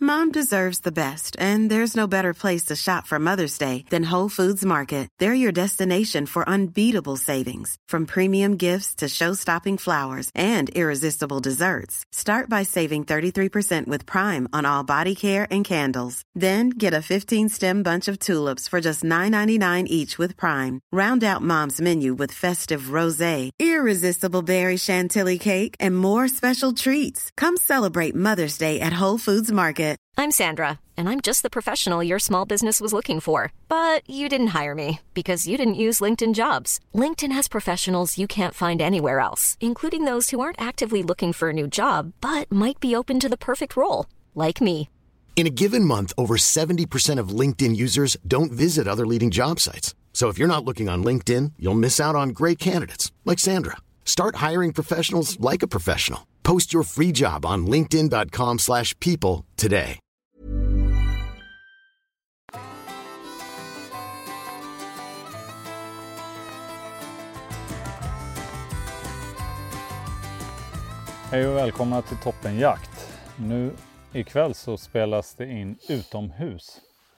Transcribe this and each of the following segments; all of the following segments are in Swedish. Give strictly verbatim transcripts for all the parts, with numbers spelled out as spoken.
Mom deserves the best, and there's no better place to shop for Mother's Day than Whole Foods Market. They're your destination for unbeatable savings, from premium gifts to show-stopping flowers and irresistible desserts. Start by saving thirty-three percent with Prime on all body care and candles. Then get a fifteen-stem bunch of tulips for just nine ninety-nine each with Prime. Round out Mom's menu with festive rosé, irresistible berry chantilly cake, and more special treats. Come celebrate Mother's Day at Whole Foods Market. I'm Sandra, and I'm just the professional your small business was looking for. But you didn't hire me because you didn't use LinkedIn Jobs. LinkedIn has professionals you can't find anywhere else, including those who aren't actively looking for a new job, but might be open to the perfect role, like me. In a given month, over seventy percent of LinkedIn users don't visit other leading job sites. So if you're not looking on LinkedIn, you'll miss out on great candidates, like Sandra. Start hiring professionals like a professional. Post your free job on linkedin dot com slash people today. Hej och välkomna till Toppenjakt. Nu ikväll så spelas det in utomhus.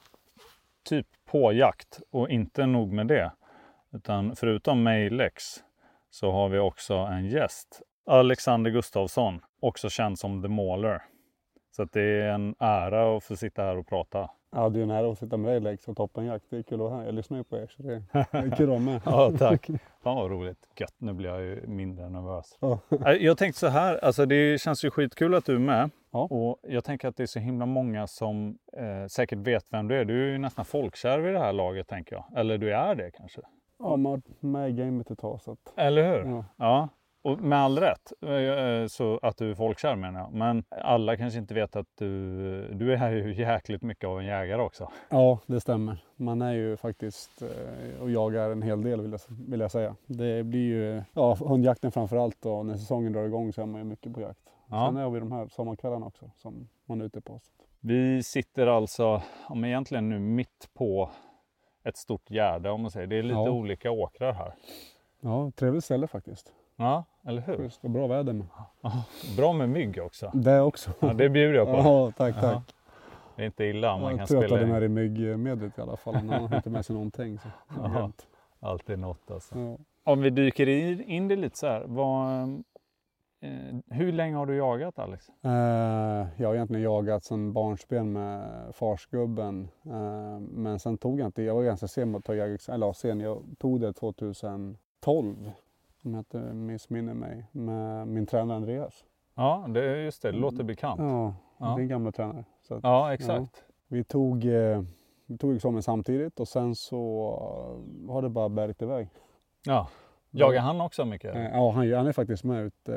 Typ på jakt, och inte nog med det. Utan förutom mig, Lex, så har vi också en gäst. Alexander Gustafsson, också känd som The Mauler. Så att det är en ära att få sitta här och prata. Ja, det är en ära att sitta med dig, Lex, och Toppenjakt. Det är kul att höra. Jag lyssnar ju på er, så det är kul att med. Ja, tack. Fan vad roligt. Gött, nu blir jag ju mindre nervös. Ja. Jag tänkte så här, alltså det känns ju skitkul att du är med. Ja. Och jag tänker att det är så himla många som eh, säkert vet vem du är. Du är ju nästan folkkär vid det här laget, tänker jag. Eller du är det kanske? Ja, man är med i gamet ett tag. Så att... Eller hur? Ja. Ja. Och med all rätt, så att du är folkkär, menar jag. Men alla kanske inte vet att du, du är ju jäkligt mycket av en jägare också. Ja, det stämmer. Man är ju faktiskt och jagar en hel del, vill jag, vill jag säga. Det blir ju ja, hundjakten framförallt, och när säsongen drar igång så är man ju mycket på jakt. Ja. Sen är vi de här sommarkvällarna också som man är ute på. Vi sitter alltså, om egentligen nu mitt på ett stort gärde, om man säger. Det är lite ja. olika åkrar här. Ja, trevligt ställe faktiskt. Ja, eller hur? Just, och bra väder med. Ja, bra med mygg också. Det också. Ja, det bjuder jag på. Ja, tack, tack. Ja. Det är inte illa. Man jag kan tror spela att den här i myggmedlet i alla fall. Han har inte med sig någonting. Så. Ja, alltid något alltså. Ja. Om vi dyker in det lite så här. Vad, eh, hur länge har du jagat, Alex? Eh, jag har egentligen jagat sedan barnsben med farsgubben. Eh, men sen tog jag inte. Jag var ganska sen med att ta jag, eller sen. Jag tog det tjugohundratolv. Om jag inte missminner mig, med min tränare Andreas. Ja, det är just det. Det låter bekant. Ja, ja. det är en gamla tränare. Så att, ja, exakt. Ja. Vi tog, eh, vi tog examen samtidigt, och sen så uh, har det bara bärit iväg. Ja, jagar han också mycket? Eh, ja, han, han är faktiskt med ut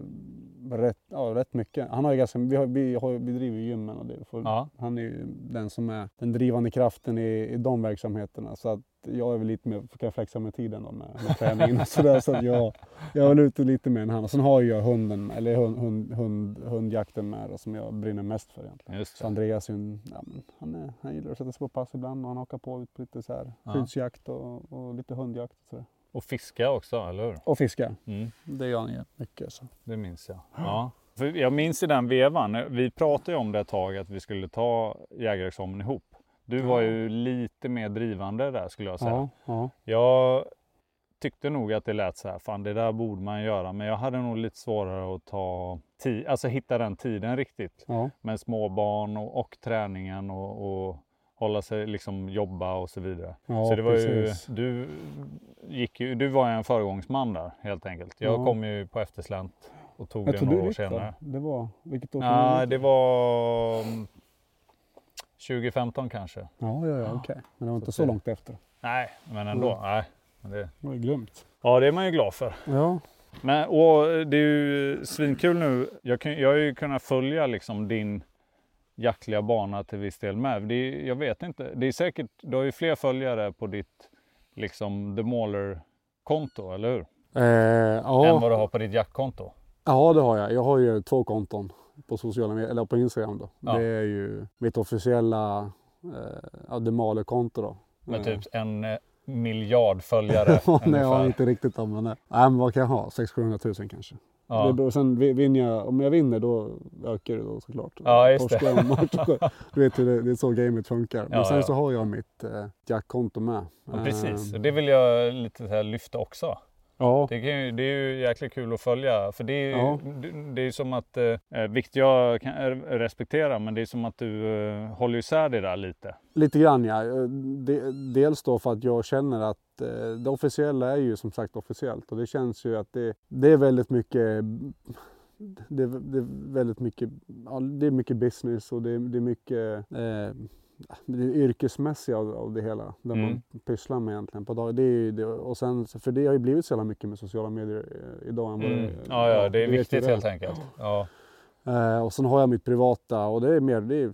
eh, rätt, ja, rätt mycket. Han har ju ganska, vi, har, vi, har, vi driver gymmen, och det, för ja. han är ju den som är den drivande kraften i, i de verksamheterna. Så att jag är väl lite mer, kan jag flexa med tiden då med, med träningen och sådär, så att jag, jag är väl ute lite mer än han. Och sen har jag hunden, eller hund, hund, hund, hundjakten med då, som jag brinner mest för egentligen. Just det. Så Andreas är en, ja, men han, är, han gillar att sätta sig på pass ibland, och han hakar på ut på lite så här ja. skyddsjakt och, och lite hundjakt och sådär. Och fiska också, eller hur? Och fiska. Mm. Det gör han mycket. Så. Det minns jag. Ja. För jag minns i den vevan, vi pratade ju om det ett tag, att vi skulle ta jägarexamen ihop. Du var ju lite mer drivande där, skulle jag säga. Ja, ja. Jag tyckte nog att det lät så här, fan det där borde man göra. Men jag hade nog lite svårare att ta tid, alltså hitta den tiden riktigt. Ja. Med småbarn och, och träningen och, och hålla sig, liksom jobba och så vidare. Ja, så det var precis. ju, du gick ju, du var en föregångsman där helt enkelt. Jag Ja. kom ju på efterslänt och tog jag det några år ditt, senare. Då? Det var, vilket år? Ja, det var tjugo femton kanske. Ja, ja, ja, okej. Okay. Men det var inte så, så långt efter. Nej, men ändå. Mm. Nej, men det... det var glömt. Ja, det är man ju glad för. Ja. Men, och det är ju svinkul nu. Jag, kan, jag har ju kunnat följa liksom din jaktliga bana till viss del med. Det är, jag vet inte. Det är säkert, du har ju fler följare på ditt liksom The Mauler-konto, eller hur? Eh, ja. Än vad du har på ditt jaktkonto. Ja, det har jag. Jag har ju två konton på sociala medier, eller på Instagram då. Ja. Det är ju mitt officiella eh, The Mauler-konto då. Med typ en eh, miljard följare. Nej, jag har inte riktigt om men nej. Nej, men vad kan jag ha? sex hundra till sjuhundratusen kanske. Ja. Det, och sen vinner jag, om jag vinner då ökar det då såklart. Ja, just det. Torskar, du vet hur det, det är så gamet funkar. Men ja, sen ja. så har jag mitt eh, jackkonto med. Ja, precis, och det vill jag lite så här lyfta också. Ja. Det, kan ju, det är ju jäkligt kul att följa, för det är ju, Ja. det, det är som att, eh, vilket jag kan respektera, men det är som att du eh, håller isär det där lite. Lite grann ja. De, dels då för att jag känner att eh, det officiella är ju som sagt officiellt. Och det känns ju att det, det är väldigt mycket, det, det är väldigt mycket, ja, det är mycket business och det, det är mycket eh, det yrkesmässiga av, av det hela. Där Mm. man pysslar med egentligen på dag. Det är, det, och sen, för det har ju blivit så jävla mycket med sociala medier eh, idag. Än vad Mm. det, Ja, ja, det är du vet viktigt ju det. helt enkelt. Ja. Eh, och sen har jag mitt privata och det är mer, det är,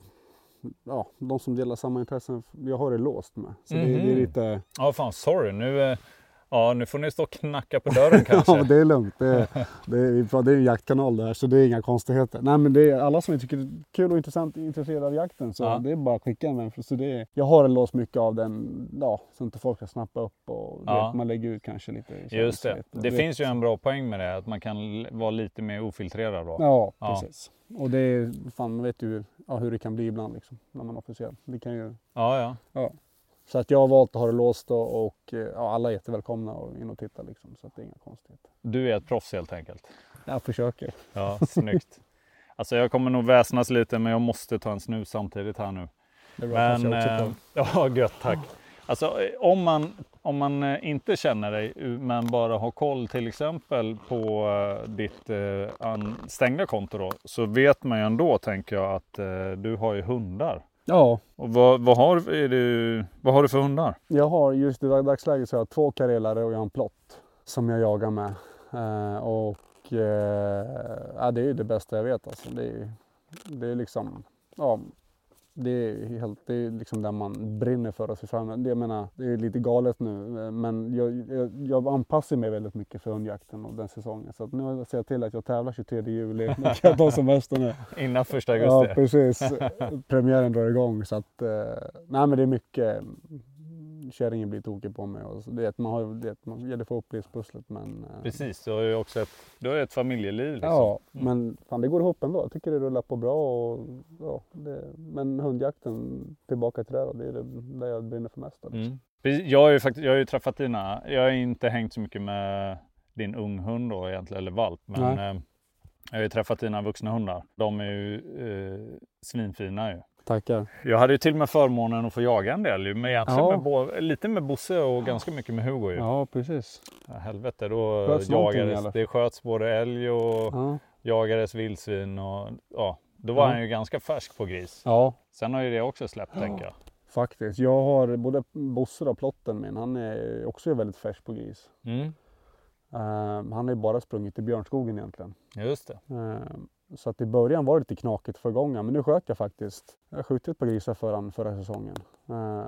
ja, de som delar samma intressen, jag har det låst med. Så det, det är lite... Ja, fan, sorry. Nu, eh, ja, nu får ni stå och knacka på dörren kanske. Ja, det är lugnt. Det är, det är, det är en jaktkanal där, så det är inga konstigheter. Nej, men det är alla som tycker det är kul och intressant, intresserade av jakten, så Ja. det är bara att skicka en vän. Så det är, jag har låst mycket av den, ja, så inte folk ska snappa upp och Ja. vet, man lägger ut kanske lite. Just det. känslighet. Det vet. finns ju en bra poäng med det, att man kan l- vara lite mer ofiltrerad då. Ja, Ja. precis. Och det är, fan, man vet ju ja, hur det kan bli ibland liksom, när man är officiell. Det kan ju, Ja, ja. ja. Så att jag har valt att ha det låst då, och ja, alla är jättevälkomna och in och titta liksom, så att det är inga konstigheter. Du är ett proffs helt enkelt. Jag försöker. Ja, snyggt. Alltså jag kommer nog väsnas lite, men jag måste ta en snus samtidigt här nu. Det är bra, Men, kanske jag också eh, ja, gött, tack. Alltså om man, om man eh, inte känner dig, men bara har koll till exempel på eh, ditt eh, an- stängda konto då, så vet man ju ändå, tänker jag, att eh, du har ju hundar. Ja, Och vad, vad, har, är du, vad har du för hundar? jag har just i dagsläget så har jag två karelare och jag har en plott som jag jagar med. Eh, och eh, ja, det är ju det bästa jag vet alltså. Det är, det är liksom, ja, det är helt, det är liksom där man brinner för att se fram. Det, jag menar, det är lite galet nu, men jag, jag, jag anpassar mig väldigt mycket för hundjakten och den säsongen. Så att nu ser jag till att jag tävlar tjugotredje juli, nu kan jag ta semester nu. Innan första Ja, augusti? precis. Premiären drar igång, så att, eh, nej men det är mycket, kärringen blir tokig på mig. Och så det är att man har, det är att man gäller att få upp livspusslet, men... Eh, Precis, du har ju också ett, du har ju ett familjeliv liksom. ja, men fan, det går ihop ändå. Jag tycker det rullar på bra. Och, ja, det, men hundjakten, tillbaka till det då, det är det där jag brinner för mest. Liksom. Mm. Precis, Jag har ju faktiskt, jag har ju träffat dina, jag har inte hängt så mycket med din unghund då egentligen, eller valp, men eh, jag har ju träffat dina vuxna hundar. De är ju eh, svinfina ju. Tackar. Jag hade ju till och med förmånen att få jaga en del ju, men egentligen Ja. med bo, lite med Bosse och ganska mycket med Hugo ju. Ja, precis. Ja, helvete, då Sköts någonting i alla jagades, fall. det sköts både älg och Ja. jagades vildsvin och ja, då var Ja. han ju ganska färsk på gris. Ja, Sen har ju det också släppt, tänker jag. faktiskt. Jag har både Bosse och plotten min, han är också väldigt färsk på gris. Mm, Uh, han har ju bara sprungit i björnskogen egentligen. just det. Uh, så att i början var det lite knakigt för gången, men nu sköt jag faktiskt. Jag har skjutit på grisar för han förra säsongen. Uh,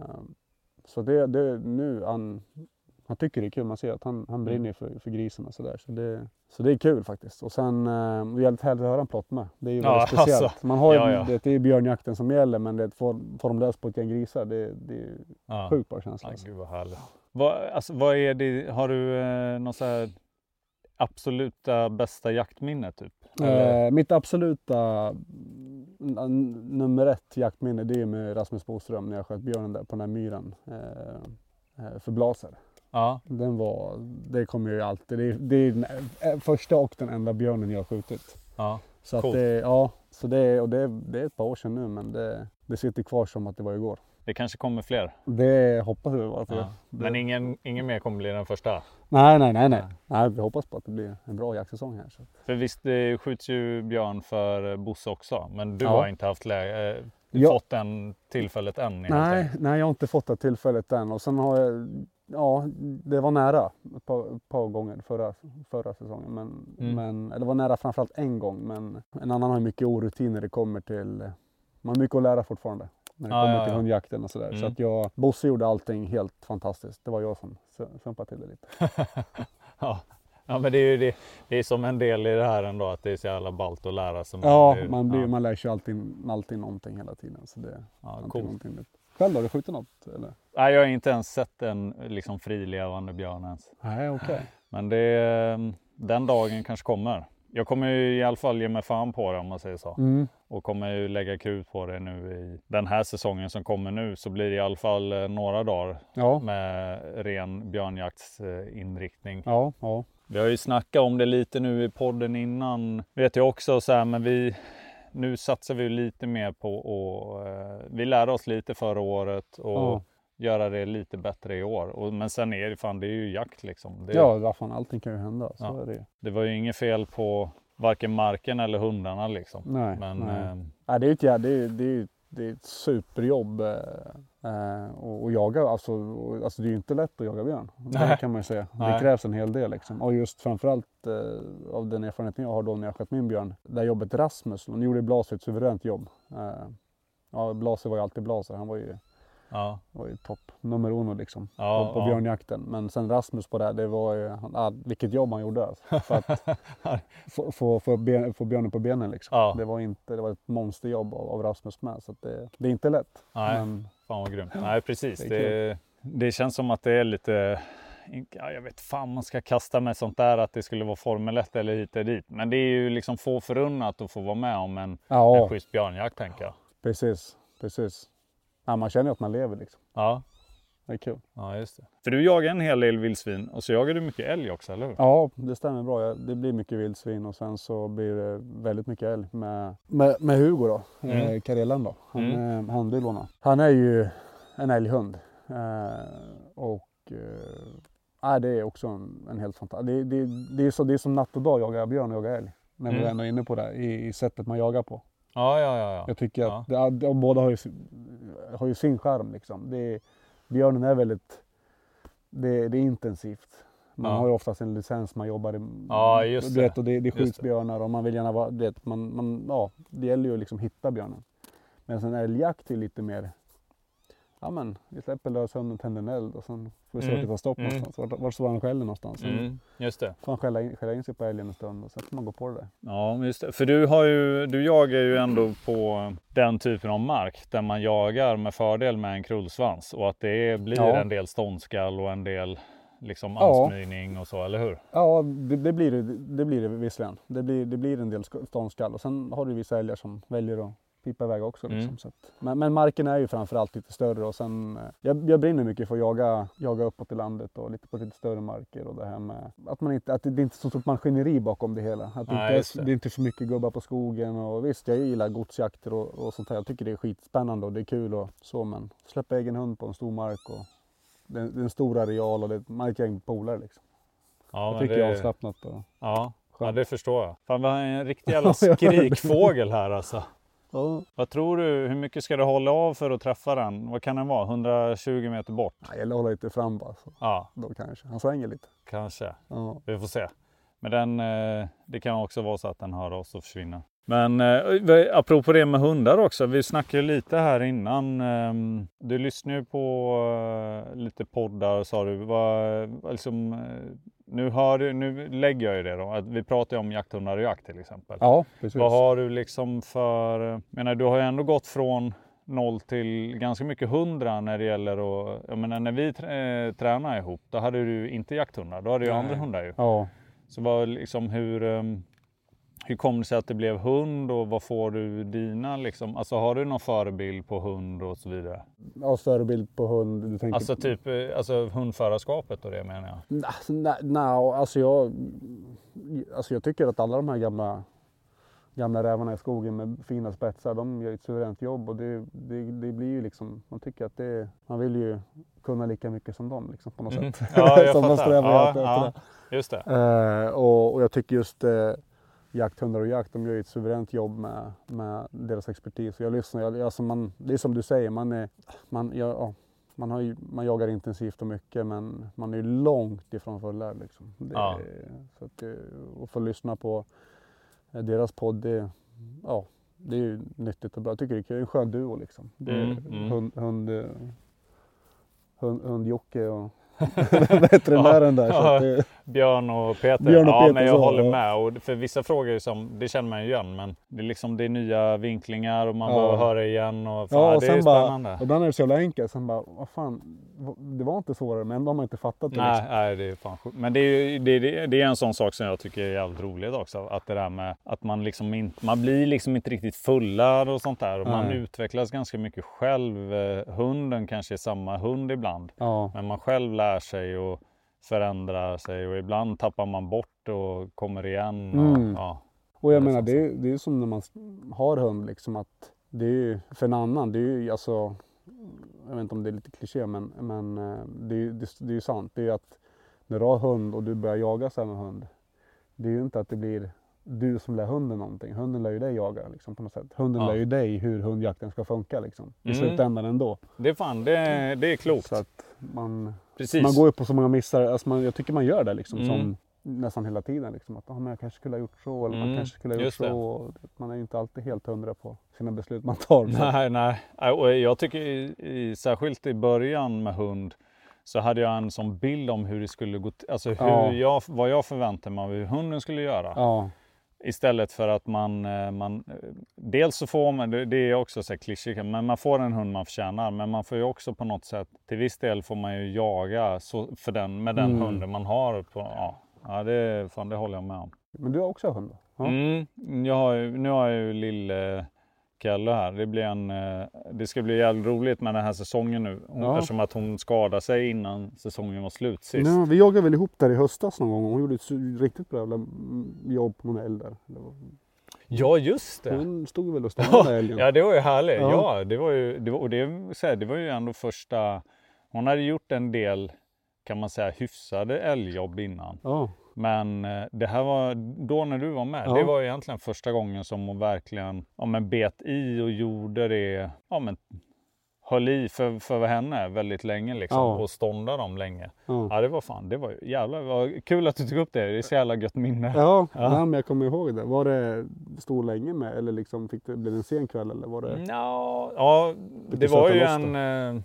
så det, det nu, han, han tycker det är kul, man ser att han, han brinner för, för grisen och sådär. Så det, så det är kul faktiskt. Och sen, uh, det är jävligt härligt att höra en plott med. Det är ju Ja, väldigt speciellt. alltså. Man har ju, Ja, ja. Det, det är björnjakten som gäller, men det får, får de lös på ett gäng grisar, det, det är Ja. sjukt bra känsla. Ja, Alltså. gud vad härligt. Vad, alltså, vad är det, har du eh, någon så här absoluta bästa jaktminne typ? Eller? Eh, mitt absoluta n- nummer ett jaktminne, det är med Rasmus Boström när jag sköt björnen där på den här myren eh, eh, för blaser. Ja, Den var, det kommer jag ju alltid, det är, det är den eh, första och den enda björnen jag har skjutit. ja. Så att Coolt. det, ja, så det, är- och det, är- det är ett par år sedan nu, men det, det sitter kvar som att det var igår. Det kanske kommer fler. Det hoppas vi bara. För Ja. det, Men ingen, ingen mer kommer bli den första. nej, nej, nej, nej. Nej, vi hoppas på att det blir en bra jaktsäsong här. Så. För visst, det skjuts ju björn för Bosse också. Men du Ja. har inte haft läge, eh, Ja. fått den tillfället än. helt Nej, enkelt. nej, jag har inte fått det tillfället än. Och sen har jag, ja, det var nära ett par, ett par gånger förra, förra säsongen. Men, Mm. men, eller det var nära framförallt en gång. Men en annan har mycket orutin när det kommer till, man har mycket att lära fortfarande. När det Ja, kommer ja, till ja. hundjakten och sådär. Så Mm. att jag, Bosse gjorde allting helt fantastiskt. Det var jag som sumpade till det lite. ja. ja, men det är ju det, det är som en del i det här ändå, att det är så jävla ballt att lära sig. Ja, det, man, blir, ja. man lär sig alltid, alltid någonting hela tiden. Så det, Ja, alltid coolt. någonting nytt. Själv då, har du skjutit något? Eller? Nej, jag har inte ens sett en liksom frilevande björn ens. Nej, okej. Men det, den dagen kanske kommer. jag kommer ju i alla fall ge mig fan på det om man säger så. Mm. Och kommer ju lägga krut på det nu i den här säsongen som kommer nu, så blir det i alla fall eh, några dagar Ja. med ren björnjaktsinriktning. Ja, ja. Vi har ju snackat om det lite nu i podden innan, vet jag också, så här, men vi, nu satsar vi lite mer på och eh, vi lärde oss lite förra året och Ja. göra det lite bättre i år. Och, men sen är det fan, det är ju jakt liksom. Det, Ja, vad fan, allting kan ju hända. Så Ja. är det ju. det var ju inget fel på varken marken eller hundarna liksom. Nej, Men nej. eh, Ja, det är ju ett, ja, det är, det är, det är ett superjobb eh, eh, och, och jaga. Alltså, och, alltså det är ju inte lätt att jaga björn. Nej. Det kan man ju säga. Nej. Det krävs en hel del liksom. Och just framförallt eh, av den erfarenheten jag har då när jag sköt min björn. Där jobbet Rasmus, han gjorde Blaser ett suveränt jobb. Eh, ja, Blaser var ju alltid Blaser. Han var ju, ja. var ju topp nummer uno liksom Ja, på, på ja. björnjakten. Men sen Rasmus på det, det var ju, han, ah, vilket jobb han gjorde alltså, för att få, få, få, ben, få björnen på benen liksom. Ja. Det var inte, det var ett monsterjobb av, av Rasmus med, så att det, det är inte lätt. Nej. Men, Fan vad grymt. Nej precis, Det det, är det, det känns som att det är lite, ja, jag vet fan man ska kasta med sånt där att det skulle vara Formel ett eller hit eller dit. Men det är ju liksom få förunnat att få vara med om en, ja, en schysst björnjakt tänker jag. precis, precis. Ja, man känner ju att man lever liksom. Ja. Det är kul. Ja just det. För du jagar en hel del vildsvin och så jagar du mycket älg också, eller hur? Ja, det stämmer bra. Ja, det blir mycket vildsvin och sen så blir det väldigt mycket älg med, med, med Hugo då, Mm. eh, Karellan då, han, Mm. eh, handbylorna. Han är ju en älghund eh, och eh, det är också en, en helt fantastisk, det, det, det, är så, det är som natt och dag jaga björn och jaga älg. När vi Mm. ändå är inne på det, i, i sättet man jagar på. Ja, ja, ja. ja. Jag tycker Ja. att det, de båda har ju, har ju sin charm liksom. Det är, björnen är väldigt, det, det är intensivt. Man Ja. har ju oftast en licens, man jobbar i, Ja, just du vet, det. och det, det Just skjuts det. björnar och man vill gärna vara, du vet, man, man, ja, det gäller ju att liksom hitta björnen. Men sen älgjakt är lite mer, ja men vi släpper lös hunden, tänder en eld och sen får vi se Mm. vart det tar stopp Mm. någonstans. Vart, vart står han skäller någonstans. Sen Mm, just det. får han skälla in, skälla in sig på älgen en stund och sen får man gå på det där. Ja, just det. För du, har ju, du jagar ju ändå på den typen av mark där man jagar med fördel med en krullsvans och att det blir Ja. en del ståndskall och en del liksom Ja. ansmyning och så, eller hur? Ja, det, det blir det, det blir det visserligen. Det blir, det blir en del sk- ståndskall och sen har du vissa älgar som väljer att pipa iväg också. Liksom, Mm. så att, men, men marken är ju framförallt lite större och sen, eh, jag, jag brinner mycket för att jaga, jaga uppåt i landet och lite på lite större marker och det här med att, man inte, att det, det är inte så stort maskineri bakom det hela. Att det, Nej, inte just är, det. det är inte för mycket gubbar på skogen och visst, jag gillar godsjakter och, och sånt här. Jag tycker det är skitspännande och det är kul och så, men släppa egen hund på en stor mark och det, det är en stor areal och det, man är ett gäng polare liksom. Ja, Jag men tycker det, jag är avslappnat och ja, ja, skönt. det förstår jag. Fan, vi har en riktig jävla Ja, jag hörde. skrikfågel här alltså. Ja. Vad tror du, hur mycket ska du hålla av för att träffa den? Vad kan den vara? hundratjugo meter bort? Ja, jag håller lite fram bara, så Ja, då kanske. Han svänger lite. kanske. Ja. Vi får se. Men den, eh, det kan också vara så att den hör oss och försvinner. Men eh, apropå det med hundar också. Vi snackade ju lite här innan. Eh, du lyssnar ju på eh, lite poddar sa du. Vad, liksom, eh, nu, hör du, nu lägger jag ju det då. Att vi pratar ju om jakthundar och jakt till exempel. Ja, precis. Vad har du liksom för... Jag menar, du har ju ändå gått från noll till ganska mycket hundra när det gäller att... Jag menar, när vi trä, eh, tränar ihop, då hade du inte jakthundar. Då hade du ju Nej. andra hundar ju. Ja. Så vad, liksom, hur, um, hur kom det sig att det blev hund och vad får du dina liksom? Alltså har du någon förebild på hund och så vidare? Ja, förebild på hund. Du tänker... Alltså typ eh, alltså hundförarskapet och det menar jag. Alltså, nej, nej, alltså jag... Alltså jag tycker att alla de här gamla, gamla rävarna i skogen med fina spetsar, de gör ett suveränt jobb och det, det, det blir ju liksom... Man tycker att det... Man vill ju kunna lika mycket som dem liksom på något Mm. sätt. Ja, jag Som man fattar. strävar Ja, efter, ja, efter just det. det. Eh, och, och jag tycker just eh, jakthundar och jakt, de gör ju ett suveränt jobb med, med deras expertis. Och jag lyssnar, jag, alltså man, det är som du säger, man, är, man, ja, ja, man, har ju, man jagar intensivt och mycket men man är ju långt ifrån fullärd. Liksom. Det, Ja. så att det, och få lyssna på deras podd, det, ja, det är ju nyttigt och bra. Jag tycker det är en skön duo liksom. Det är Mm, mm. hund, hund, hund, hund Jocke och veterinären där. Så Ja, att det, Björn och Peter. Björn och ja, Peter, men jag så, håller ja. med. Och för vissa frågor som, det känner man ju igen. Men det är liksom det är nya vinklingar och man Ja. behöver höra igen. Och fan, Ja, och det sen är bara, spännande. och ibland är det så jävla enkelt. Sen bara, vad fan, det var inte svårare, men ändå har man inte fattat det. Nej, Liksom. nej, det är fan sjukt. Men det är, ju, det, det, det är en sån sak som jag tycker är jävligt roligt också. Att det där med att man liksom inte, man blir liksom inte riktigt fullad och sånt där. Och man Nej. utvecklas ganska mycket själv. Eh, Hunden kanske är samma hund ibland. Ja. Men man själv lär sig och förändrar sig. Och ibland tappar man bort och kommer igen. Och, Mm. ja. Och jag Det är menar, sant. det är, det är som när man har hund liksom, att det är ju för en annan, det är ju alltså, jag vet inte om det är lite kliché, men, men eh, det är ju det, det är ju sant. Det är ju att när du har hund och du börjar jaga sen med hund, det är ju inte att det blir du som lär hunden någonting. Hunden lär ju dig jaga liksom, på något sätt. Hunden Ja. lär ju dig hur hundjakten ska funka liksom, i Mm. slutändan ändå. Det är fan, det, det är klokt. Så att man, Precis. man går ju på så många missar, alltså man, jag tycker man gör det liksom, Mm. som nästan hela tiden. Liksom, att ah, men jag kanske skulle ha gjort så, eller Mm, man kanske skulle ha gjort just det. så. Och man är ju inte alltid helt hundra på sina beslut man tar. Så. Nej, nej. Och jag tycker i, i, särskilt i början med hund så hade jag en sån bild om hur det skulle gå till, alltså hur Ja. jag, vad jag förväntade mig av hur hunden skulle göra. Ja, Istället för att man, eh, man eh, dels så får man, det det är också så här klyschigt, men man får en hund man förtjänar, men man får ju också på något sätt, till viss del får man ju jaga så, för den, med den Mm. hunden man har. På, ja, ja det, fan, det håller jag med om. men du har också hund då? Ja. Mm, jag har, ju- nu har jag ju lille Kalle här. Det, blir en, eh, det ska bli jävligt roligt med den här säsongen nu. Hon, Ja. Eftersom att hon skadade sig innan säsongen var slut sist. Ja, vi jagade väl ihop där i höstas någon gång. Hon gjorde ett så- riktigt bra jävla jobb på någon älg där. Det var- Ja, just det. Hon stod väl och stannade med älgen. Ja, det var ju härligt. Ja, Ja. det var ju, det var, och det, så här, det var ju ändå första... Hon hade gjort en del, kan man säga, hyfsade älgjobb innan. Ja. Men eh, det här var, då när du var med, Ja. det var egentligen första gången som hon verkligen ja, men bet i och gjorde det, ja men höll i för, för henne väldigt länge liksom, Ja. och ståndade dem länge. Ja. Ja, det var fan, det var ju jävla, det var kul att du tog upp det, det är så jävla gött minne. Ja, Ja. Nej, men jag kommer ihåg det. Var det stod länge med eller liksom fick det, blev det en sen kväll eller var det? Ja, ja det Lite var söta ju loss en eh,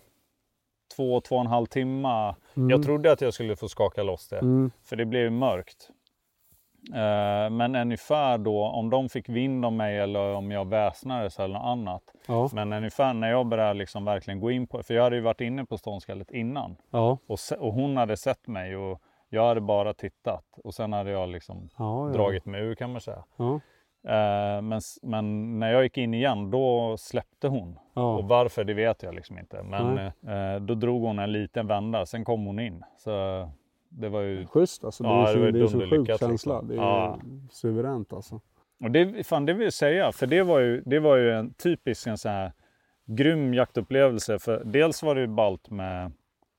två, två och en halv timme. Mm. Jag trodde att jag skulle få skaka loss det, Mm. för det blev ju mörkt. Eh, men ungefär då, om de fick vind om mig eller om jag väsnades eller något annat. Ja. Men ungefär när jag började liksom verkligen gå in på, för jag hade ju varit inne på ståndskallet innan. Ja. Och, se, och hon hade sett mig och jag hade bara tittat. Och sen hade jag liksom Ja, ja. dragit mig ur, kan man säga. Ja. Eh, men, s- men när jag gick in igen, då släppte hon. Ja. Och varför, det vet jag liksom inte. Men Nej. eh, då drog hon en liten vända, sen kom hon in. Så det var ju... Schysst alltså. Det Ja, är det var ju det är så sjuk dunderlyckat, känsla. liksom. Det är Ja. suveränt alltså. Och det, fan, det vill jag säga, för det var ju, det var ju en typisk en sån här grym jaktupplevelse. För dels var det ju ballt med,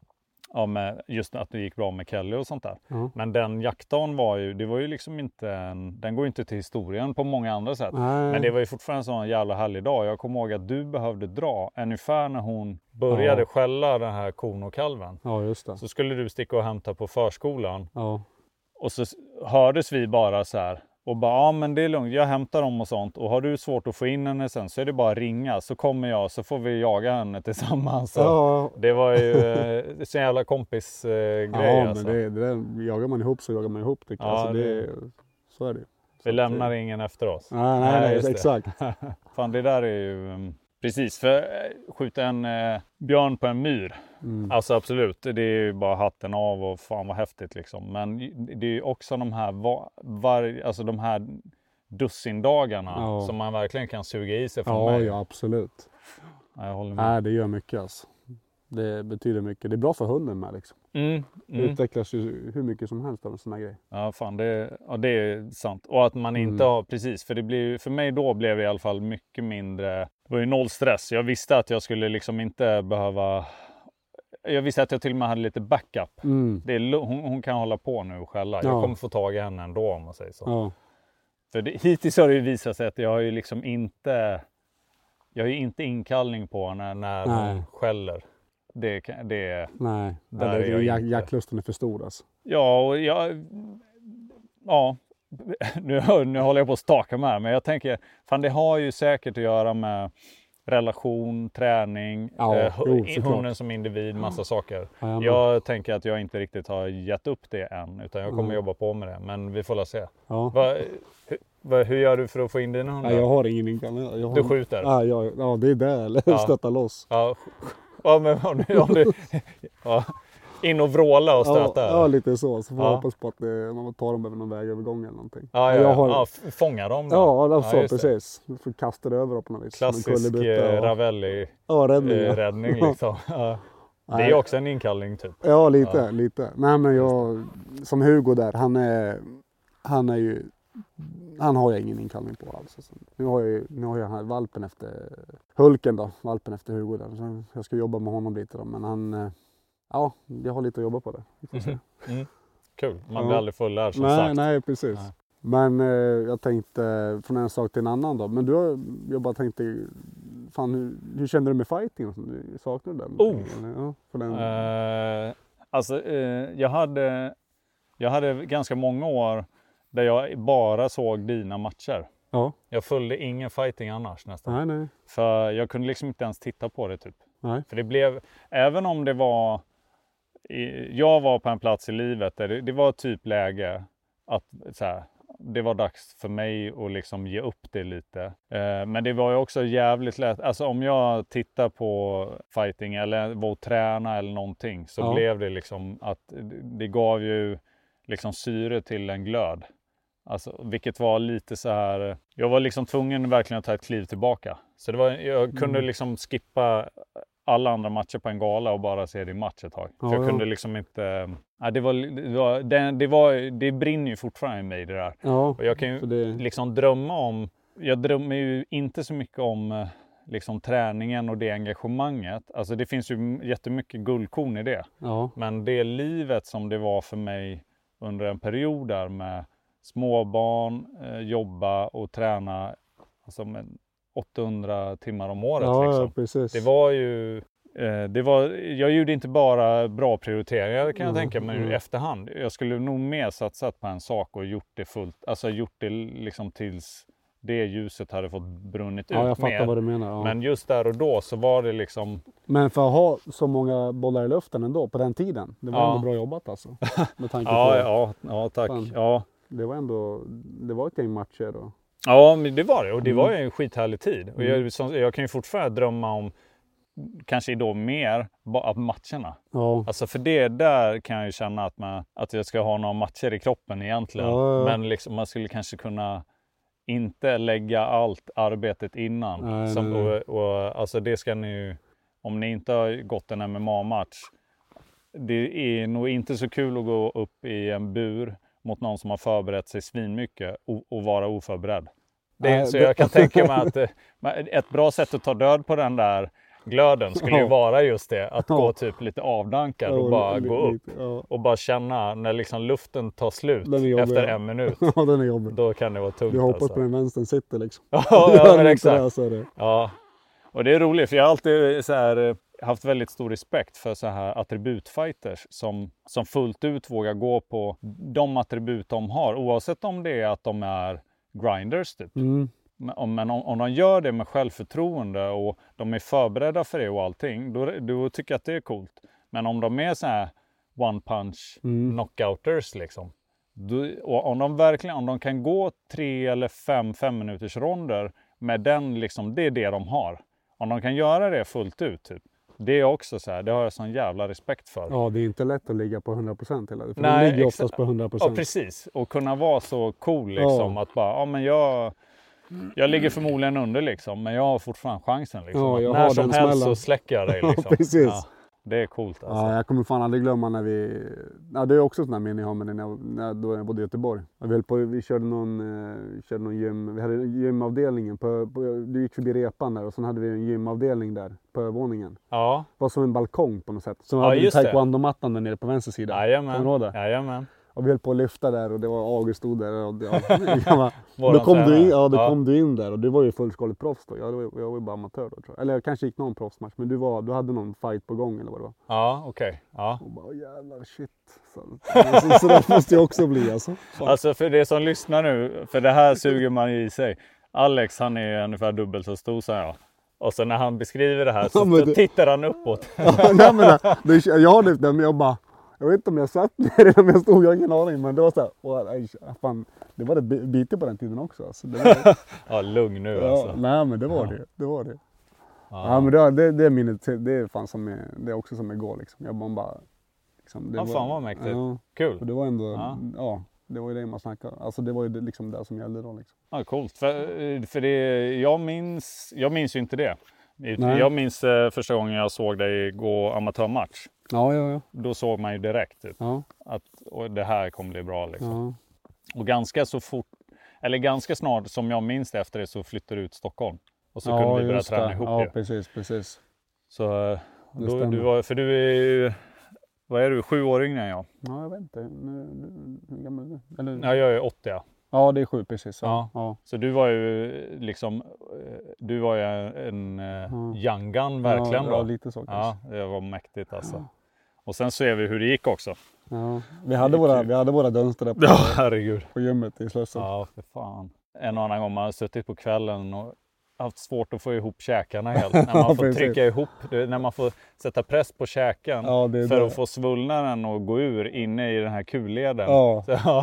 ja, med just att det gick bra med Kelly och sånt där. Ja. Men den jaktdagen var ju, det var ju liksom inte en, den går ju inte till historien på många andra sätt. Nej. Men det var ju fortfarande en sån jävla härlig dag. Jag kommer ihåg att du behövde dra ungefär när hon började Ja. skälla den här kon och kalven. Ja, just det. Så skulle du sticka och hämta på förskolan. Ja. Och så hördes vi bara så här. Och bara, ja men det är lugnt, jag hämtar dem och sånt. Och har du svårt att få in henne sen så är det bara att ringa. Så kommer jag, så får vi jaga henne tillsammans. Så Ja. det var ju eh, så jävla kompis eh, grej Ja, alltså. men det, det där, jagar man ihop så jagar man ihop tycker jag. Ja, Alltså, det, det- så är det ju. Så Vi att lämnar det- ingen efter oss. Nej, nej, nej, just det. exakt. Fan, det där är ju... um, Precis, för eh, skjuta en eh, björn på en myr. Mm. Alltså absolut, det är ju bara hatten av och fan vad häftigt liksom. Men det är ju också de här, var, var, alltså de här dussindagarna Ja. som man verkligen kan suga i sig från Ja, mig. ja, absolut. Ja, jag håller med. Nej, det gör mycket alltså. Det betyder mycket. Det är bra för hunden med liksom. Mm, Det mm. utvecklas ju hur mycket som helst av en sån här grej. Ja, fan, det, ja, det är sant. Och att man inte Mm. har, precis, för det blir, för mig då blev det i alla fall mycket mindre, det var ju noll stress. Jag visste att jag skulle liksom inte behöva, jag visste att jag till och med hade lite backup. Mm. Det är, lu- hon, hon kan hålla på nu och skälla. Ja. Jag kommer få tag i henne ändå om man säger så. Ja. För det, hittills har det ju visat sig att jag har ju liksom inte, jag har ju inte inkallning på henne när Nej. hon skäller. Det, kan- det är, Nej, Där ja, är det, jag jak- inte. jaktlusten är för stor alltså. ja och jag, ja, nu, nu håller jag på att staka med, men jag tänker, fan det har ju säkert att göra med relation, träning, Ja, eh, jo, hunden som individ, massa saker. Ja, jag tänker att jag inte riktigt har gett upp det än, utan jag kommer mm. jobba på med det. Men vi får la se. Ja. Va, hur, va, hur gör du för att få in dina hundar? Ja, jag har ingen inkallning. Jag har... Du skjuter? Ja, jag, ja, det är det. Eller Ja. stötta loss. Ja, ja men om du... Om du ja. In och vråla och stöta? Ja, ja, lite så. Så får ja. jag hoppas på att det, man tar dem över någon vägövergång eller någonting. Ja, ja, jag har... ja fånga dem då. Ja, alltså, ja precis. Du får kasta det över dem på något vis. Klassisk eh, Ravelli-räddning ja, räddning, ja. räddning liksom. Ja. Det är också en inkallning typ. Ja, lite, ja. lite. Nej, men jag, som Hugo där, han är, han är ju, han har jag ingen inkallning på alls. Alltså. Nu har jag, nu har jag den här valpen efter Hulken då, valpen efter Hugo där. Så jag ska jobba med honom lite då, men han, ja, jag har lite att jobba på det. Mm. Mm. Kul, man ja. blir aldrig fullärd som nej, sagt. Nej, precis. Nej. Men eh, jag tänkte från en sak till en annan då. Men du har, jag bara tänkte, fan hur, hur kände du med fighting? Saknar du den? Oh! Ja, för den... Uh, alltså uh, jag hade, jag hade ganska många år där jag bara såg dina matcher. Ja. Jag följde ingen fighting annars nästan. Nej, nej. För jag kunde liksom inte ens titta på det typ. Nej. För det blev, även om det var, jag var på en plats i livet där det, det var typ läge att så här, det var dags för mig att liksom ge upp det lite. Eh, men det var ju också jävligt lätt. Alltså om jag tittar på fighting eller var och träna eller någonting så ja. blev det liksom att det gav ju liksom syre till en glöd. Alltså, vilket var lite så här, jag var liksom tvungen verkligen att ta ett kliv tillbaka. Så det var, jag kunde liksom skippa alla andra matcher på en gala och bara se din match ett tag. Ja, För jag ja. kunde liksom inte, ja, det var, det var, det, det var, det brinner ju fortfarande i mig det där. Ja, och jag kan ju det... liksom drömma om, jag drömmer ju inte så mycket om liksom träningen och det engagemanget. Alltså det finns ju jättemycket guldkorn i det. Ja. Men det livet som det var för mig under en period där med småbarn, eh, jobba och träna alltså med åttahundra timmar om året. Ja, liksom. ja, precis. Det var ju, eh, det var, jag gjorde inte bara bra prioriteringar kan jag mm, tänka mig mm. i efterhand. Jag skulle nog mer satsat på en sak och gjort det fullt, alltså gjort det liksom tills det ljuset hade fått brunnit ja, ut jag fattar mer. vad du menar. Ja. Men just där och då så var det liksom... Men för att ha så många bollar i luften ändå på den tiden, det var ja. ändå bra jobbat alltså. Med tanke ja, på, ja, ja, tack. Fan. Ja. Det var ändå, det var ett gäng matcher då. Ja, men det var det. Och det Mm. var ju en skithärlig tid. Och jag, som, jag kan ju fortfarande drömma om, kanske då mer, av matcherna. Ja. Alltså för det där kan jag ju känna att, man, att jag ska ha några matcher i kroppen egentligen. Ja, ja. Men liksom, man skulle kanske kunna inte lägga allt arbetet innan. Nej, Som, nej, nej. Och, och, alltså det ska ni ju, om ni inte har gått en M M A-match, det är nog inte så kul att gå upp i en bur mot någon som har förberett sig svinmycket och, och vara oförberedd. Det, Nej, så det... jag kan tänka mig att eh, ett bra sätt att ta död på den där glöden skulle ju vara just det. Att Ja. gå typ lite avdankad och Ja, bara lite, gå upp. lite, ja. Och bara känna när liksom luften tar slut Den är jobbig, efter ja. en minut. Ja, den är jobbig. Då kan det vara tungt. Du hoppas alltså. på den vänstern sitter liksom. Ja, ja Gör men inte exakt. det, så är det. Ja, och det är roligt för jag har alltid så här, haft väldigt stor respekt för så här attributfighters som, som fullt ut vågar gå på de attribut de har. Oavsett om det är att de är grinders typ. Mm. Men, om, men om, om de gör det med självförtroende och de är förberedda för det och allting, då, då tycker jag att det är coolt. Men om de är så här one punch Mm. knockouters liksom. Då, och om de verkligen, om de kan gå tre eller fem fem minuters ronder med den liksom, det är det de har. Om de kan göra det fullt ut typ. Det är också så här, det har jag sån jävla respekt för. Ja, det är inte lätt att ligga på hundra procent hela tiden. För Nej, de ligger exa- oftast på hundra procent. Ja, precis. Och kunna vara så cool liksom. Ja. Att bara, ja men jag... Jag ligger förmodligen under liksom, men jag har fortfarande chansen liksom. Ja, jag När har som den helst smällen. så släcker jag dig Ja, liksom. precis. Ja, det är coolt alltså. Ja, jag kommer fan aldrig glömma när vi... Ja, det är också sådana minne jag har med det när jag, när jag, då jag bodde i Göteborg. Vi, höll på, vi körde någon, eh, körde någon gym, vi hade gymavdelningen, på, på, du gick förbi repan där och sen hade vi en gymavdelning där på övervåningen. Ja, Det var som en balkong på något sätt. Så Ja, hade vi just det. taekwondo-mattan där nere på vänster sida. Kommer du ihåg jajamän. det? Jajamän. Och vi höll på att lyfta där och det var August stod där. Och, ja, jag bara, Våran då kom, du tränare. in, ja, då Ja. kom du in där och du var ju fullskaligt proffs då. Jag var, jag var ju bara amatör då tror jag. Eller jag kanske gick någon proffsmatch men du, var, du hade någon fight på gång eller vad det var. Ja, okej. Ja. Och bara jävlar shit. Så, så, så där måste jag också bli alltså. Fan. Alltså för det som lyssnar nu, för det här suger man i sig. Alex han är ungefär dubbelt så stor som jag. Och så när han beskriver det här så, Ja, men så det- tittar han uppåt. Ja, nej, men det, det, jag har det, men jag bara, jag vet inte om jag satt ner eller om jag stod, jag har ingen aning. Men det var så här, åh, nej, fan, det var det bitigt på den tiden också. Alltså, det var, Ja, lugn nu ja, alltså. nej men det var Ja. det, det var det. Ja. Ja, men det, det, det är minnet, det är fan som är, det är också som igår liksom. Jag bara, bara liksom, det Ja, var, fan vad mäktigt. Ja, Kul. och det var ändå, Ja. ja. det var ju det man snackade. Alltså det var ju det, liksom det som gällde då liksom. Ja, coolt. För, för det, jag, minns, jag minns ju inte det. Nej. Jag minns eh, första gången jag såg dig gå amatörmatch. Ja, ja, ja. Då såg man ju direkt typ, Ja, att och det här kommer bli bra. Liksom. ja. Och ganska så fort, eller ganska snart som jag minns det efter det, så flyttade du ut till Stockholm. Och så kunde vi börja just träna det. ihop Ja, ju. precis, precis. Så eh, Det då, stämmer. du var, för du är ju, vad är du, sju år yngre än jag? Ja, jag vet inte. Nu, nu, hur gammal är du? Eller? Ja, jag är åttio. Ja. Ja, det är sju precis. Ja. Ja. Ja. Så du var ju liksom, eh, du var ju en, en Ja. young gun verkligen ja, då. ja, lite så Ja, kanske. det var mäktigt alltså. Och sen ser vi hur det gick också. Ja. Vi, hade våra, vi hade våra dönster där på, Ja, herregud. på gymmet i Slussen. Ja, för fan. En och annan gång man har suttit på kvällen och haft svårt att få ihop käkarna helt. När man får precis. trycka ihop, det- när man får sätta press på käken Ja, det är för det. att få svullnaden och gå ur inne i den här kulleden. Ja. Så, ja.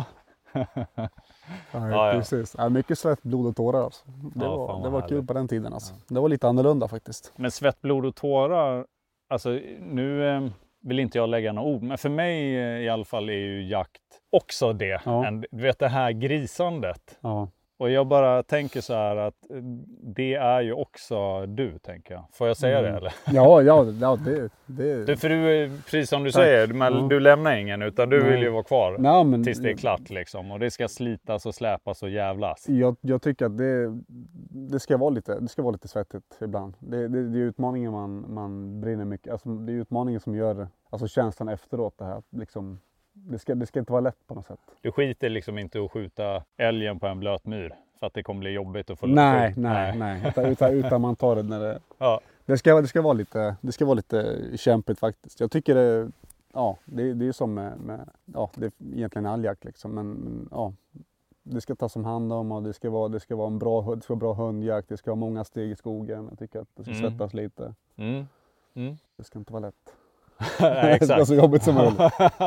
Ja, Ja, ja. precis. Ja, mycket svett, blod och tårar alltså. Det Ja, var, fan det vad var härligt. kul på den tiden alltså. Det var lite annorlunda faktiskt. Men svett, blod och tårar, alltså nu eh, vill inte jag lägga några ord, men för mig eh, i alla fall är ju jakt också det. Ja. En, du vet det här grisandet. Ja. Och jag bara tänker så här att eh, det är ju också du, tänker jag. Får jag säga Mm. det eller? Ja, ja, ja det, det... Du, för du, är- precis som du Tack. säger, men Ja. du lämnar ingen utan du Nej. vill ju vara kvar Nej, men, tills det är klart liksom. Och det ska slitas och släpas och jävlas. Jag, jag tycker att det, det, ska vara lite, det ska vara lite svettigt ibland. Det, det, det är utmaningen man, man brinner mycket. Alltså, det är utmaningen som gör alltså, känslan efteråt. Det, här, liksom, det, ska, det ska inte vara lätt på något sätt. Du skiter liksom inte att skjuta älgen på en blöt myr för att det kommer bli jobbigt att få Nej, få- nej, nej. Utan, utan, utan man tar det när det... Ja. Det ska, det ska, vara, lite, det ska vara lite kämpigt faktiskt. Jag tycker det, ja, det, det är som med, med ja, det är egentligen all jakt liksom. Men, men ja, det ska tas om hand om och det ska vara, det ska vara en bra, det ska vara bra hundjakt. Det ska vara många steg i skogen. Jag tycker att det ska Mm. svettas lite. Mm. Mm. Det ska inte vara lätt. Nej, Det ska vara exakt. så jobbigt som möjligt.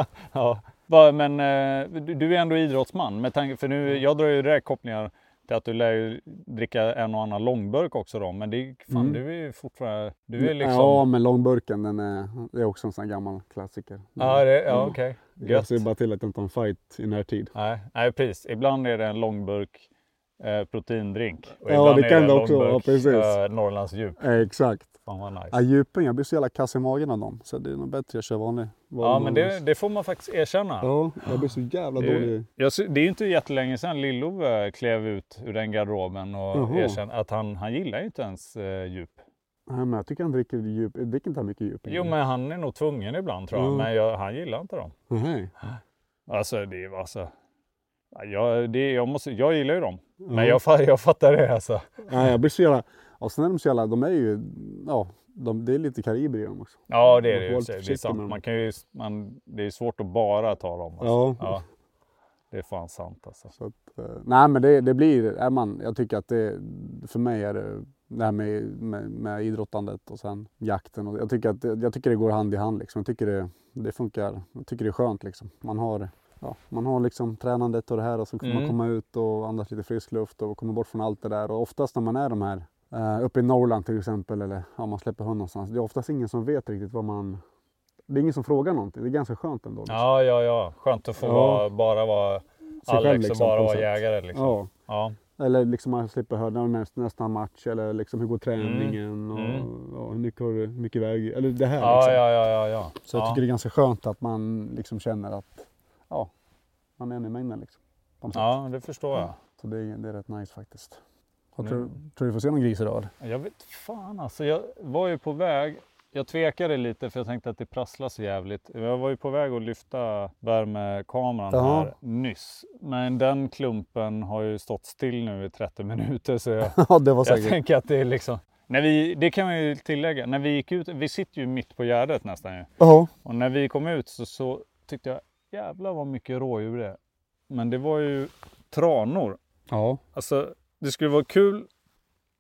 Ja. Va, men eh, du, du är ändå idrottsman. Med tanke, för nu, jag drar ju direkt kopplingar till att du lär ju dricka en och annan långburk också då. Men det är, fan, Mm. du är ju fortfarande... Du är liksom... Ja, men långburken den är, det är också en sån här gammal klassiker. Ja, det, ja Mm. okej. Jag Gött. ser bara till att jag inte har en fight i närtid. Nej, nej, precis. Ibland är det en långburk eh, proteindrink. Och Ja, ibland det är kan en det också vara, långburk, precis. Eh, Norrlands djup. Eh, exakt. Fan vad nice. Ja, djupen, jag blir så jävla kass i magen av dem. Så det är nog bättre att köra vanlig. vanlig Ja, men det, det får man faktiskt erkänna. Ja, jag blir så jävla Det är, ju- dålig. jag, sy- det är ju inte jättelänge sedan Lill-Ove klev ut ur den garderoben och Jaha. erkände att han, han gillar ju inte ens eh, djup. Nej, men jag tycker han dricker djup. Jag dricker inte han mycket djup. Jo, men han är nog tvungen ibland tror jag. Mm. Men jag, han gillar inte dem. Nej. Alltså, det är alltså... ja, Jag, det, jag, måste, jag gillar ju dem. Men Ja. jag, fa- jag fattar det alltså. Nej, jag blir så jävla... Och sen är de så jävla... De är ju... Ja, de, det är lite kariber i dem också. Ja, det är Man det får ju. vara Det lite är försiktig sant. med dem. Man kan ju, man, det är svårt att bara ta dem. Alltså. Ja. Ja. Det är fan sant alltså. Så att, eh, nej, men det, det blir... Är man, jag tycker att det... För mig är det... Det här med, med, med idrottandet och sen jakten. Och jag, tycker att, det- jag tycker det går hand i hand. Liksom. Jag tycker det, det funkar. Jag tycker det är skönt. Liksom. Man har, ja, man har liksom tränandet och det här och så får Mm. man komma ut och andas lite frisk luft och komma bort från allt det där. Och oftast när man är de här uh, uppe i Norrland till exempel eller ja, man släpper hund någonstans. Det är oftast ingen som vet riktigt vad man... Det är ingen som frågar någonting. Det är ganska skönt ändå. Liksom. Ja, ja, ja. Skönt att få Ja. vara, bara vara Sig Alex själv, och liksom, bara på vara sätt. jägare. Liksom. Ja. Ja. Eller liksom man slipper höra nästa, nästa match eller liksom hur går träningen Mm. och, Mm. och hur mycket har du mycket väg. Eller det här Ja, liksom. ja, ja, ja, ja. Så jag ja. tycker det är ganska skönt att man liksom känner att ja, man är en i mängden liksom. På något sätt. Ja, det förstår jag. Så det är, det är rätt nice faktiskt. Jag Nu- tror, tror du får se någon gris idag eller? Jag vet fan alltså. Jag var ju på väg. Jag tvekade lite för jag tänkte att det prasslar så jävligt. Jag var ju på väg att lyfta värmekameran Ja. här nyss. Men den klumpen har ju stått still nu i trettio minuter så jag, Ja, det var jag säkert. tänker att det är liksom... När vi, det kan man ju tillägga. När vi gick ut, vi sitter ju mitt på gärdet nästan ju. Ja. Och när vi kom ut så, så tyckte jag jävlar vad mycket rådjur det är. Men det var ju tranor. Ja. Alltså det skulle vara kul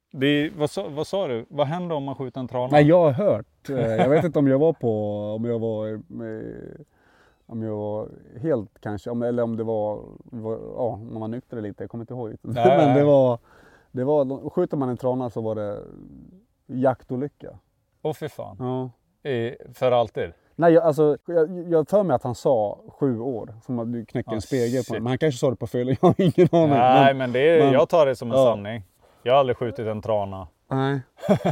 Det, vad, sa, vad sa du? Vad händer om man skjuter en trana? Nej, jag har hört. Jag vet inte om jag var på, om jag var med, om jag var helt kanske, eller om det var, var ja, om man var nykter lite, jag kommer inte ihåg. Nej, Men det var, det var, skjuter man en trana så var det jaktolycka. Åh fy fan. Ja. I, för alltid? Nej, jag, alltså, jag, jag för mig att han sa sju år, som att du knäcker en Ah, spegel på shit. men han kanske sa det på fel, jag har ingen aning. Nej, men, men det är, men, jag tar det som en ja. sanning. Jag har aldrig skjutit en trana. Nej.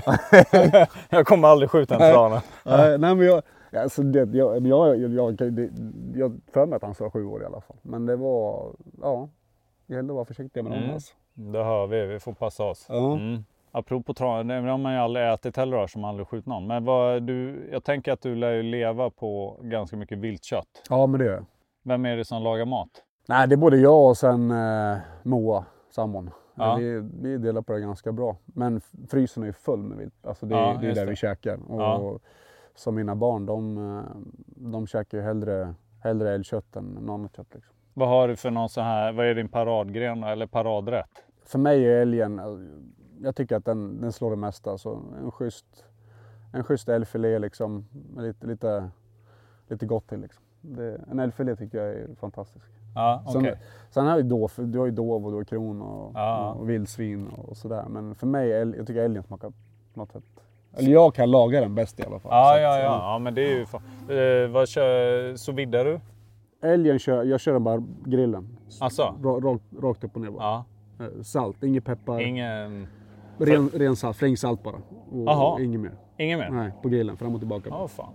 Jag kommer aldrig skjuta en trana. Nej, nej men jag, alltså det, jag, jag, jag, jag, det, jag för mig att han sa sju år i alla fall. Men det var, ja, det gällde att vara försiktig med dem. Mm. Alltså. Det hör vi, vi får passa oss. Ja. Mm. Apropå trana, det har man ju aldrig ätit heller då, som aldrig skjutit någon. Men vad, du, jag tänker att du lär ju leva på ganska mycket viltkött. Ja, men det gör jag. Vem är det som lagar mat? Nej, det är både jag och sen eh, Moa, sambon. Ja. Vi, vi delar på det ganska bra. Men frysen är ju full med vilt. Alltså det, Ja, det är just där det. vi käkar. Och Ja. som mina barn, de, eh, de käkar ju hellre, hellre älgkött än något annat kött. Liksom. Vad har du för någon så här, vad är din paradgren eller paradrätt? För mig är älgen, jag tycker att den, den slår det mesta. Alltså en schysst, en schysst älgfilé liksom, med lite, lite, lite gott till. Liksom. Det, en älgfilé tycker jag är fantastisk. Ja, okej. Sen, sen har du dov, du har ju dov och du har kron och, Ja. och vildsvin och sådär. Men för mig, älg, jag tycker älgen smakar på något sätt. Eller jag kan laga den bäst i alla fall. Ja, Så ja, att, ja, ja, men det är ju fan. Eh, vad kör, så vidare du? Älgen kör, jag kör den bara grillen. Alltså? Ra, rakt, rakt upp och ner bara. Ja, Eh, Salt, inget peppar. ingen, Ren, ren salt, flängsalt bara. Och, Aha. och inget mer. ingen mer? Nej, på grillen, fram och tillbaka. Ja, fan.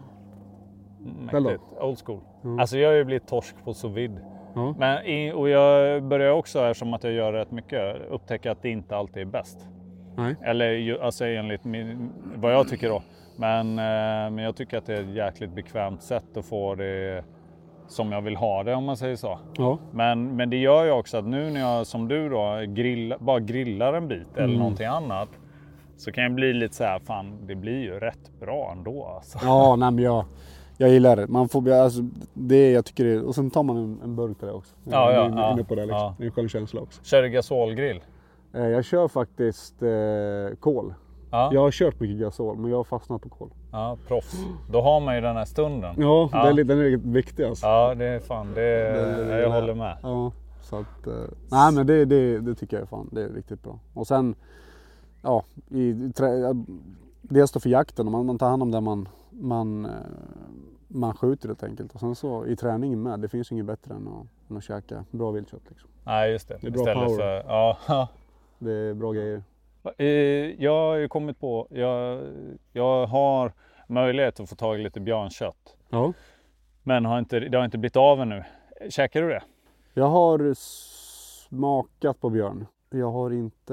Själv då? Mäktigt. Old school. Ja. Alltså jag har ju blivit torsk på sous vide. Ja. Men i, och jag börjar också, eftersom att jag gör rätt mycket, upptäcka att det inte alltid är bäst. Nej. Eller ju, alltså enligt min, vad jag tycker då. Men, eh, men jag tycker att det är ett jäkligt bekvämt sätt att få det som jag vill ha det, om man säger så. Ja. Men, men det gör ju också att nu när jag som du då grill, bara grillar en bit eller Mm. någonting annat, så kan jag bli lite så här, fan det blir ju rätt bra ändå alltså. Ja, nej men jag, jag gillar det. Man får, alltså, det jag tycker det, och sen tar man en, en burk till det också. Ja, ja, jag är inne ja, på det liksom. ja. Det är en skön känsla också. Kör du gasolgrill? Eh, Jag kör faktiskt eh, kol. Ja. Jag har kört mycket gasol, men jag har fastnat på kol. Ja, proffs. Då har man ju den här stunden. Ja, Ja. Det är, lite- den är viktig alltså. Ja, det är fan, det är, jag håller med. Ja, så att, eh, nej men det, det, det tycker jag är fan, det är riktigt bra. Och sen, ja, i, i trä, dels då för jakten, och man, man tar hand om det man, man, eh, man skjuter helt enkelt. Och sen så i träningen med, det finns inget bättre än att, än att käka bra viltkött liksom. Nej, just det. Det är bra Istället power. för, ja. Det är bra grejer. Eh, Jag har ju kommit på, jag, jag har möjlighet att få tag i lite björnkött. Ja. Men har inte, det har inte blivit av ännu. Käkar du det? Jag har smakat på björn. Jag har inte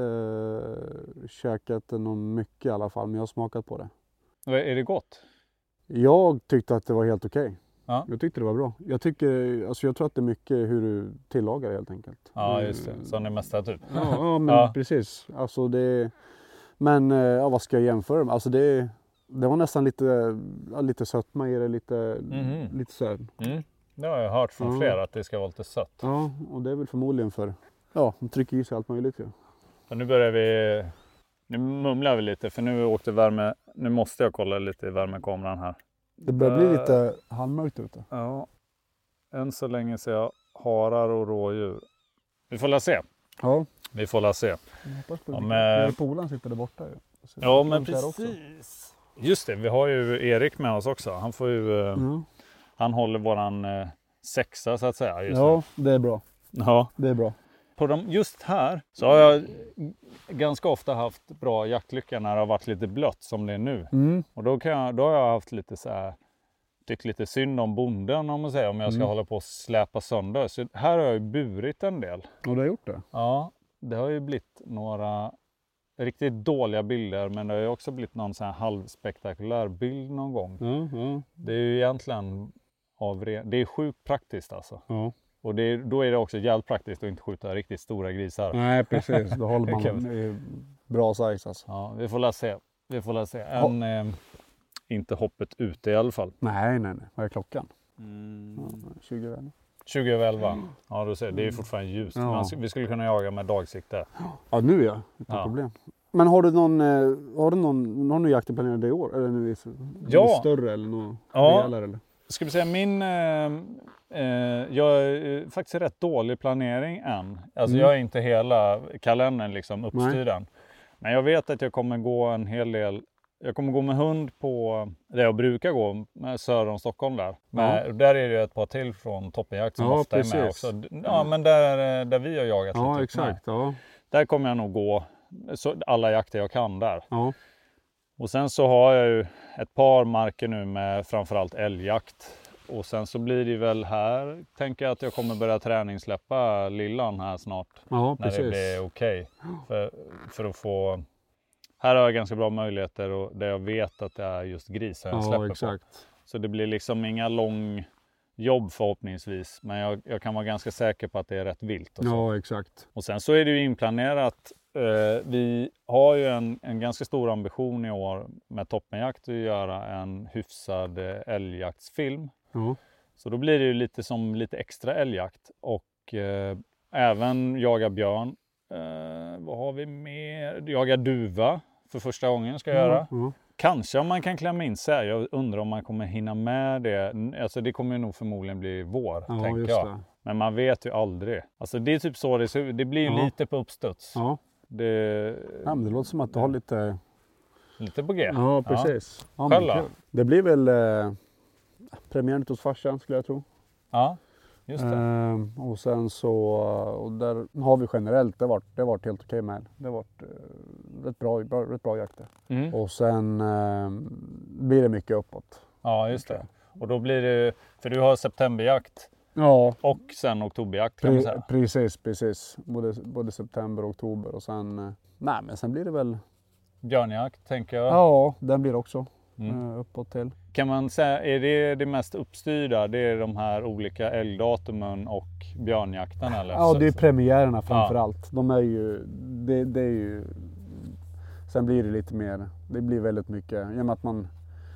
eh, käkat det något mycket i alla fall, men jag har smakat på det. Vad- Är det gott? Jag tyckte att det var helt okej. Ja. Jag tyckte det var bra. Jag, tycker, alltså jag tror att det är mycket hur du tillagar det helt enkelt. Ja, just det. Som det mesta typ. Ja, ja men Ja. precis. Alltså det, men eh, ja, vad ska jag jämföra med? Alltså det, det var nästan lite, ja, lite sötma i det, lite, Mhm. lite så här. Mm. Det har jag hört från Ja. flera, att det ska vara lite sött. Ja, och det är väl förmodligen för, ja, de trycker i sig allt möjligt ju. Och nu börjar vi, nu mumlar vi lite, för nu åkte värme, nu måste jag kolla lite i värmekameran här. Det börjar bli Eh. lite halvmörkt ute. Ja, än så länge ser jag harar och rådjur. Vi får la se. Ja. Vi får la se. Jag hoppas på Ja, det. men- Nere Polaren sitter där borta ju. Så Ja, de men kör också. precis. Just det, vi har ju Erik med oss också. Han får ju, eh, Ja. han håller våran eh, sexa så att säga. Just Ja, det är bra. nu. Ja. Det är bra. På de, just här så har jag ganska ofta haft bra jaktlycka när det har varit lite blött som det är nu. Mm. Och då, kan jag, då har jag haft lite så här, tyckt lite synd om bonden om man säger, om jag ska Mm. hålla på och släpa sönder. Så här har jag ju burit en del. Och du har gjort det? Ja, det har ju blivit några riktigt dåliga bilder, men det har ju också blivit någon sån här halvspektakulär bild någon gång. Ja, ja. Det är ju egentligen av re- det är sjukt praktiskt alltså. ja. Och det är, då är det också jävligt praktiskt att inte skjuta riktigt stora grisar. Nej, precis. Då håller man Okej. den i bra size alltså. Ja, vi får la se. Vi får la se. En, eh, inte hoppet ute i alla fall. Nej, nej, nej. Vad är klockan? Mm. Ja, tjugo väl. tjugo över elva. Ja, du ser. Det är ju fortfarande ljust. Ja. Man, vi skulle kunna jaga med dagsikte. Ja, nu ja. Utan Ja. problem. Men har du någon, har du någon, någon ny jakt planerad i år? Eller nu är ja. Något större eller något ja. rejälare? Eller? Ska vi säga min... Eh, eh, jag är faktiskt rätt dålig planering än. Alltså mm. jag är inte hela kalendern liksom uppstyrd än. Men jag vet att jag kommer gå en hel del... Jag kommer gå med hund på där jag brukar gå, med söder om Stockholm där. Men ja. Där är det ett par till från Toppenjakt som ja, ofta precis. är med också. Ja, men där, där vi har jagat ja, lite. Exakt, ja. Där kommer jag nog gå så alla jakter jag kan där. Ja. Och sen så har jag ju ett par marker nu med framförallt älgjakt. Och sen så blir det väl här, tänker jag att jag kommer börja träningssläppa lillan här snart. Ja, när precis. det blir okej. Okay. För, för att få... Här har jag ganska bra möjligheter och där jag vet att det är just grisar jag släpper ja, exakt. på. Så det blir liksom inga lång jobb förhoppningsvis. Men jag, jag kan vara ganska säker på att det är rätt vilt. Och så. Ja, exakt. Och sen så är det ju inplanerat. Eh, vi har ju en, en ganska stor ambition i år med Toppenjakt att göra en hyfsad eh, älgjaktsfilm. Ja. Så då blir det ju lite som lite extra älgjakt. Och eh, även jaga björn. Eh, vad har vi mer? Jaga duva för första gången ska jag ja, göra. Ja. Kanske om man kan klämma in sig. Jag undrar om man kommer hinna med det. Alltså det kommer nog förmodligen bli vår, ja, tänker jag. Det. Men man vet ju aldrig. Alltså det är typ så det ser ut. Det blir ju ja. lite på uppstuds. Ja. Det... Ja, men det låter som att du har lite... Lite på G. Ja, precis. Ja. Själv Ja, det blir väl eh, premiären hos farsan skulle jag tro. Ja, just det. Eh, och sen så, och där har vi generellt, det har varit, det har varit helt okej med. Det har varit eh, rätt, bra, bra, rätt bra jakter. Mm. Och sen eh, blir det mycket uppåt. Ja, just det. Och då blir det, för du har septemberjakt. Ja. Och sen oktoberjakt kan man säga. Precis, precis. Både, både september och oktober och sen, nej men sen blir det väl... Björnjakt tänker jag. Ja, den blir också mm. uppåt till. Kan man säga, är det det mest uppstyrda? Det är de här olika älgdatumen och björnjakten eller? Ja, det är premiärerna framför ja. allt. De är ju, det, det är ju... Sen blir det lite mer, det blir väldigt mycket, i och med att man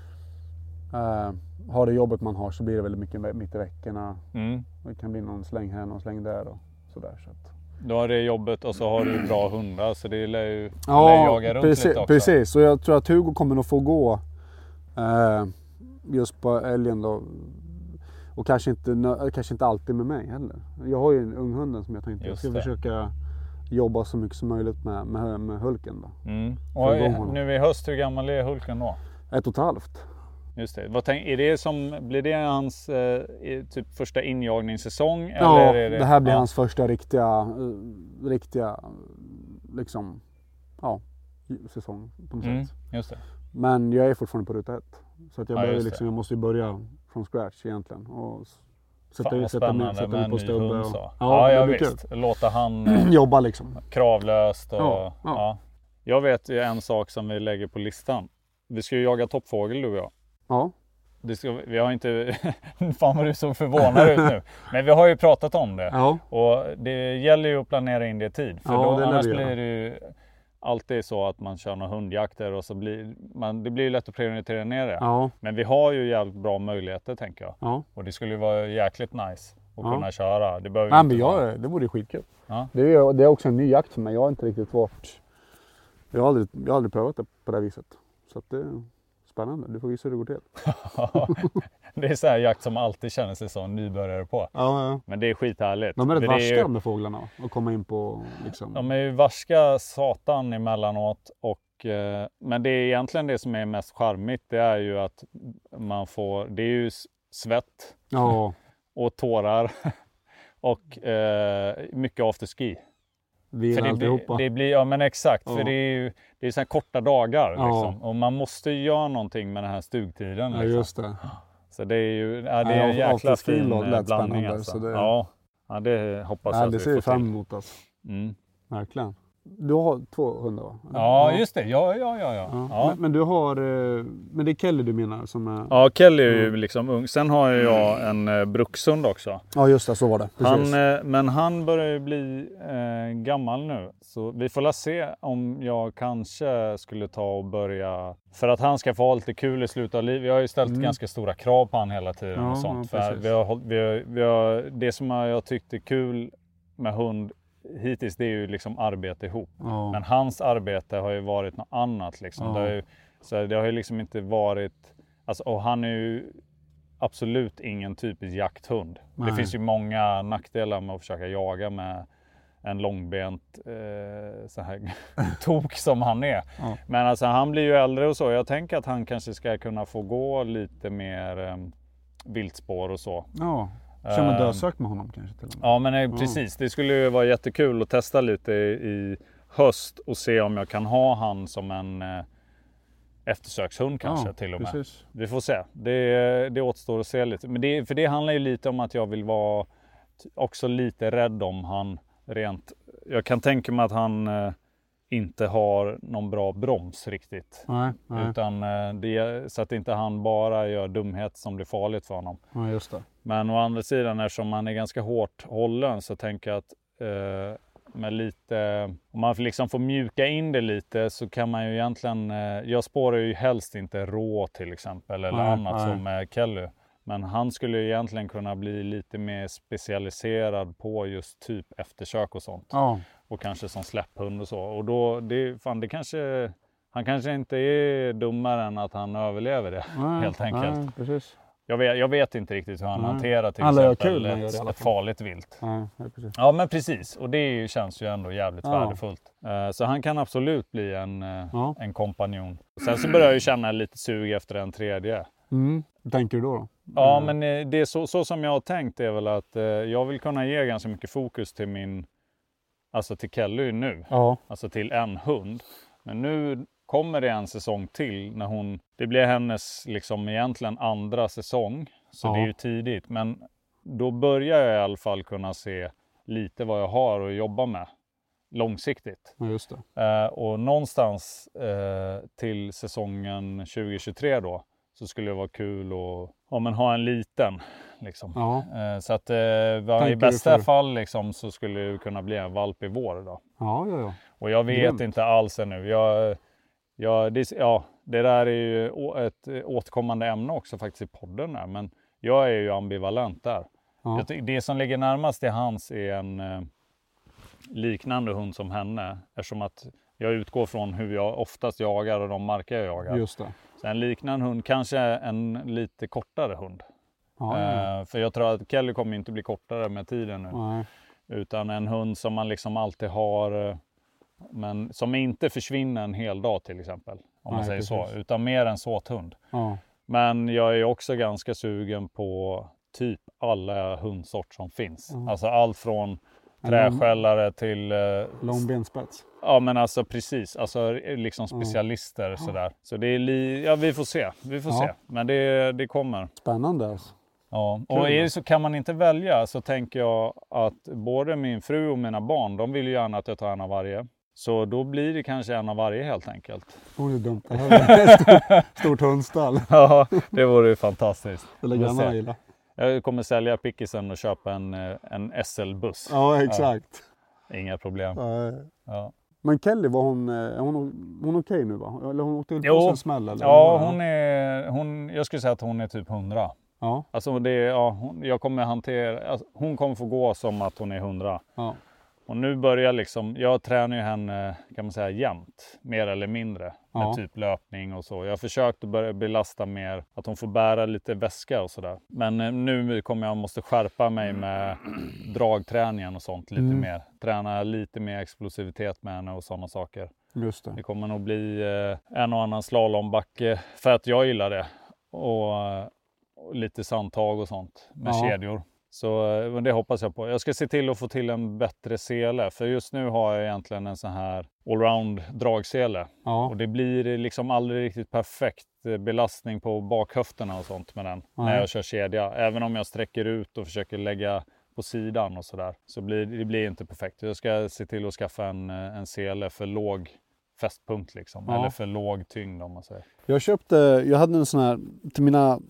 äh, har det jobbet man har så blir det väldigt mycket mitt i veckorna. Mm. Det kan bli någon släng här, någon släng där och sådär. Så att... Du har det jobbet och så har du bra hundar så det lär ju ja, lär jaga runt precis, lite också. Precis, och jag tror att Hugo kommer att få gå eh, just på älgen då. Och kanske inte, kanske inte alltid med mig heller. Jag har ju en ung hunden som jag tänkte jag ska försöka jobba så mycket som möjligt med, med, med Hulken då. Mm. Och nu i höst, hur gammal är Hulken då? Ett och ett halvt. Just det. Vad tänk, är det som, blir det hans eh, typ första injagningssäsong? Ja, eller är det, det här blir ja. hans första riktiga, riktiga liksom, ja, säsong på något mm, sätt. Just det. Men jag är fortfarande på ruta ett. Så att jag, ja, börjar liksom, jag måste ju börja från scratch egentligen. Och sätta, Fan, sätta mig, sätta mig på stubbe. Och, ja, ja, ja visst. Kul. Låta han jobba liksom. Kravlöst. Och, ja, ja. Ja. Jag vet ju en sak som vi lägger på listan. Vi ska ju jaga toppfågel du och jag. Ja. Det ska, vi har inte... Fan vad du så förvånad ut nu. Men vi har ju pratat om det. Ja. Och det gäller ju att planera in det i tid. För ja, då, det annars det blir det ju alltid så att man kör några hundjakter och så blir man, det blir ju lätt att prioritera ner det. Ja. Men vi har ju jävligt bra möjligheter tänker jag. Ja. Och det skulle ju vara jäkligt nice att ja. kunna köra. Det behöver Nej, inte men jag, vara... det vore ju skitkul. Ja. Det, är, det är också en ny jakt för mig. Jag har inte riktigt varit... Jag har aldrig, jag har aldrig prövat det på det här viset. Så att det är spännande. Du får visa hur det går till. Det är så här jakt som alltid känner sig som nybörjare på. Ja, ja. Men det är skithärligt. De är rätt varska ju... de med fåglarna och komma in på liksom... De är ju varska satan emellanåt. Och, eh, men det är egentligen det som är mest charmigt. Det är ju att man får... Det är ju svett. Ja. Och tårar. Och eh, mycket afterski. Vi för det, alltihopa. det blir, ja men exakt, ja. för det är ju det är så här korta dagar ja. liksom. Och man måste ju göra någonting med den här stugtiden. Liksom. Ja, just det. Så det är ju ja, det är en ja, jäkla fin lät blandning alltså. alltså. Det... Ja. ja, det hoppas ja, jag att det vi ser får fram till. emot alltså. Mm. Verkligen. Du har två hundar va? Ja, just det. Ja, ja, ja. ja. ja. ja. Men, men du har, men det är Kelly du menar som är... Ja, Kelly är ju liksom ung. Sen har jag en eh, brukshund också. Ja, just det. Så var det. Han, eh, men han börjar ju bli eh, gammal nu. Så vi får la se om jag kanske skulle ta och börja... För att han ska få ha lite kul i slutet av livet. Vi har ju ställt mm. ganska stora krav på han hela tiden ja, och sånt. Ja, för vi har, vi har, vi har, det som jag tyckte är kul med hund hittills det är ju liksom arbete ihop. Ja. Men hans arbete har ju varit något annat liksom. Ja. Det har ju, så det har ju liksom inte varit, alltså, och han är ju absolut ingen typisk jakthund. Nej. Det finns ju många nackdelar med att försöka jaga med en långbent eh, så här tok som han är. Ja. Men alltså han blir ju äldre och så. Jag tänker att han kanske ska kunna få gå lite mer eh, viltspår och så. Ja, kör man Eh, dödsök med honom kanske till och med. Ja men eh, precis, det skulle ju vara jättekul att testa lite i, i höst och se om jag kan ha han som en eh, eftersökshund kanske Ja, till och med. precis. Vi får se, det, det återstår att se lite. Men det, för det handlar ju lite om att jag vill vara t- också lite rädd om han rent. Jag kan tänka mig att han eh, inte har någon bra broms riktigt. Nej, nej. Utan eh, det, så att inte han bara gör dumhet som blir farligt för honom. Ja, just det. Men å andra sidan, eftersom han är ganska hårt hållen, så tänker jag att eh, med lite, om man liksom får mjuka in det lite, så kan man ju egentligen, eh, jag spårar ju helst inte rå till exempel eller Nej, annat nej. som med Kelly. Men han skulle ju egentligen kunna bli lite mer specialiserad på just typ eftersök och sånt. Ja, Och kanske som släpphund och så. Och då, det, fan, det kanske, han kanske inte är dummare än att han överlever det, nej, helt enkelt. Nej, precis. Jag vet, jag vet inte riktigt hur han Nej. hanterar till Alla gör exempel kul när han gör det i ett, alla ett fall. farligt vilt. Nej, nej, precis. Ja men precis, och det är ju, känns ju ändå jävligt Ja. värdefullt. Eh, så han kan absolut bli en, eh, Ja. en kompanjon. Sen så börjar jag ju känna lite sug efter en tredje. Mm. Vad tänker du då? då? Ja Mm. men eh, det är så, så som jag har tänkt är väl att eh, jag vill kunna ge ganska mycket fokus till min, alltså till Kelly nu. Ja, Alltså till en hund. Men nu kommer det en säsong till när hon, det blir hennes liksom egentligen andra säsong. Så Ja. det är ju tidigt. Men då börjar jag i alla fall kunna se lite vad jag har att jobba med långsiktigt. ja, just det. Eh, och någonstans eh, till säsongen tjugo tjugotre då så skulle det vara kul att ja, men ha en liten. Liksom. Ja, Eh, så att eh, vad Tänker i du bästa för- fall liksom, så skulle det kunna bli en valp i vår då. ja, ja. ja. Och jag vet Grymt. inte alls ännu. Jag, jag, det, ja, det där är ju å- ett återkommande ämne också faktiskt i podden där. Men jag är ju ambivalent där. Ja. Jag ty- det som ligger närmast till hans är en eh, liknande hund som henne. Eftersom att jag utgår från hur jag oftast jagar och de marker jag jagar. Just det. Så en liknande hund, kanske en lite kortare hund. Ja, ja, ja. Eh, för jag tror att Kelly kommer inte bli kortare med tiden nu. Nej. Utan en hund som man liksom alltid har, eh, men som inte försvinner en hel dag till exempel. Om man Nej, säger precis. så. Utan mer en såthund. Ja. Men jag är också ganska sugen på typ alla hundsort som finns. Ja. Alltså allt från En träskällare till... Eh, Långbenspets. ja men alltså precis. Alltså liksom specialister sådär. Så det är li- ja vi får se. Vi får Ja. se. Men det, det kommer. Spännande alltså. Ja, Kul. och är det så, kan man inte välja så tänker jag att både min fru och mina barn, de vill ju gärna att jag tar en av varje. Så då blir det kanske en av varje helt enkelt. Det vore dumt. Det här är ett stort, stort hundstall. Ja, det vore ju fantastiskt. Det lägger Vi får se. grannarna gilla. Jag kommer sälja pickisen och köpa en, eh, en S L-buss. Ja, exakt. Inga problem. Ja. Ja, Men Kelly, var hon, eh, är hon, hon okej nu va? Eller hon åkte ut på Jo. sig en smäll? Eller? ja hon är, hon, jag skulle säga att hon är typ hundra. Ja, Alltså det, är- ja, hon, jag kommer hantera, alltså, hon kommer få gå som att hon är hundra. ja. Och nu börjar liksom, jag tränar ju henne kan man säga jämt, mer eller mindre. Med Ja. typ löpning och så. Jag har försökt att börja belasta mer, att hon får bära lite väska och sådär. Men eh, nu kommer jag måste skärpa mig med dragträningen och sånt lite Mm. mer. Träna lite mer explosivitet med henne och sådana saker. Just det. Det kommer nog bli eh, en och annan slalombacke för att jag gillar det. Och, eh, och lite sandtag och sånt med Ja. kedjor. Så eh, men det hoppas jag på. Jag ska se till att få till en bättre sele. För just nu har jag egentligen en sån här allround dragsele. Ja, Och det blir liksom aldrig riktigt perfekt eh, belastning på bakhöfterna och sånt med den. Nej. När jag kör kedja. Även om jag sträcker ut och försöker lägga på sidan och sådär. Så blir det blir inte perfekt. Jag ska se till att skaffa en, eh, en sele för låg fästpunkt liksom. Ja. Eller för låg tyngd om man säger. jag köpte, jag hade en sån här till mina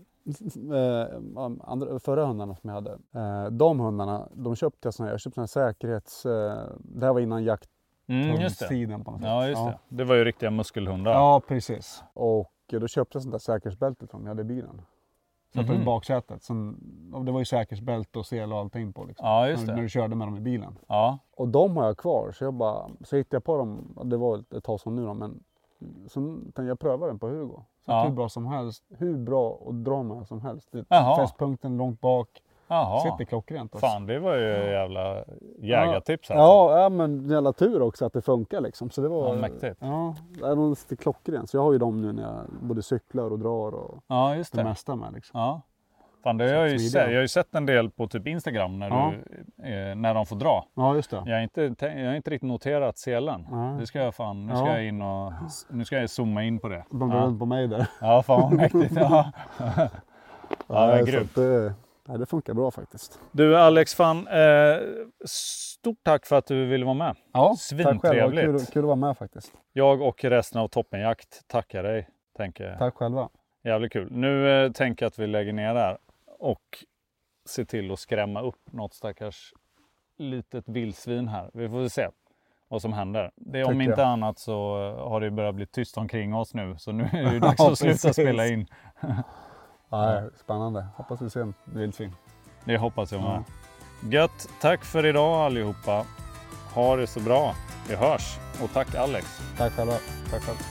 eh, andra, förra hundarna som jag hade. Eh, de hundarna, de köpte jag sån här, jag köpte sån här säkerhets, eh, det här var innan Mm, just det. jakttiden på något sätt. Ja, just ja. det. Det var ju riktiga muskelhundar. Ja, precis. Och då köpte jag sånt där säkerhetsbälte från jag hade i bilen. Satt Mhm. i baksätet. Sen, och det var ju säkerhetsbälte och sel och allting på. Liksom, Ja, just när, det. när du körde med dem i bilen. Ja. Och de har jag kvar. Så jag bara, så hittade jag på dem. Det var ett tag som nu då. Men sen tänkte jag pröva den på Hugo. Så Ja. hur bra som helst. Hur bra att dra med som helst. Det, Jaha. fästpunkten långt bak. Jaha. Sitter klockrent. Alltså. Fan, det var ju jävla jägartips här. Ja, ja, men jävla tur också att det funkar liksom. Så det var, Ja, mäktigt. Ja, det är nog lite klockrent. Så jag har ju dem nu när jag både cyklar och drar och Ja, just det det. mesta med liksom. Ja. Fan, det har jag, ju smidiga. sett, jag har ju sett en del på typ Instagram när, Ja. du, eh, när de får dra. Ja, just det. Jag har inte, jag har inte riktigt noterat selen. Nej. Det ska jag fan, nu ska Ja. jag in och, nu ska jag zooma in på det. De går Ja, runt på mig där. ja fan vad mäktigt. Ja. Ja, det är så grymt. att det, nej, det funkar bra faktiskt. Du Alex, fan, eh, stort tack för att du ville vara med. Ja, Svintrevligt. tack själv. Kul, kul att vara med faktiskt. Jag och resten av Toppenjakt tackar dig. Tänker. Tack själva. Jävligt kul. Nu eh, tänker jag att vi lägger ner där och ser till att skrämma upp något stackars litet vildsvin här. Vi får se vad som händer. Det, om Tycker inte jag. annat så har det börjat bli tyst omkring oss nu. Så nu är det ju dags Ja, att sluta precis. spela in. Ja, spännande. Hoppas vi ser en vildsvin. Det hoppas jag med. Ja. Gött. Tack för idag allihopa. Ha det så bra. Vi hörs. Och tack Alex. Tack själva. Tack själv.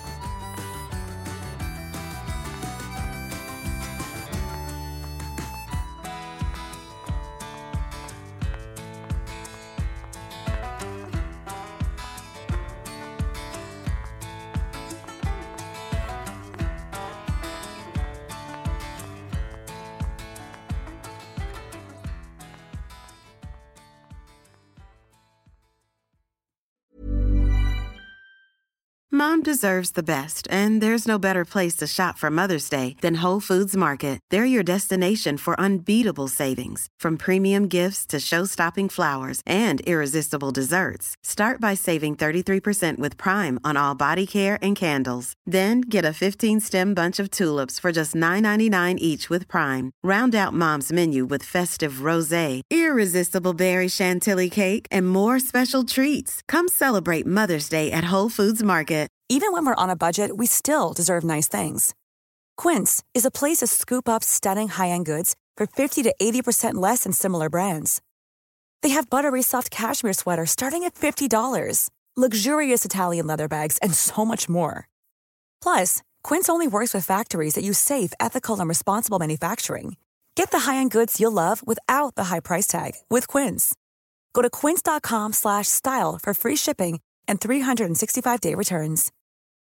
Mom deserves the best, and there's no better place to shop for Mother's Day than Whole Foods Market. They're your destination for unbeatable savings, from premium gifts to show-stopping flowers and irresistible desserts. Start by saving thirty-three percent with Prime on all body care and candles. Then get a fifteen-stem bunch of tulips for just nine ninety-nine each with Prime. Round out Mom's menu with festive rosé, irresistible berry chantilly cake, and more special treats. Come celebrate Mother's Day at Whole Foods Market. Even when we're on a budget, we still deserve nice things. Quince is a place to scoop up stunning high-end goods for fifty to eighty percent less than similar brands. They have buttery soft cashmere sweaters starting at fifty dollars, luxurious Italian leather bags, and so much more. Plus, Quince only works with factories that use safe, ethical, and responsible manufacturing. Get the high-end goods you'll love without the high price tag with Quince. Go to quince.com slash style for free shipping and three sixty-five day returns.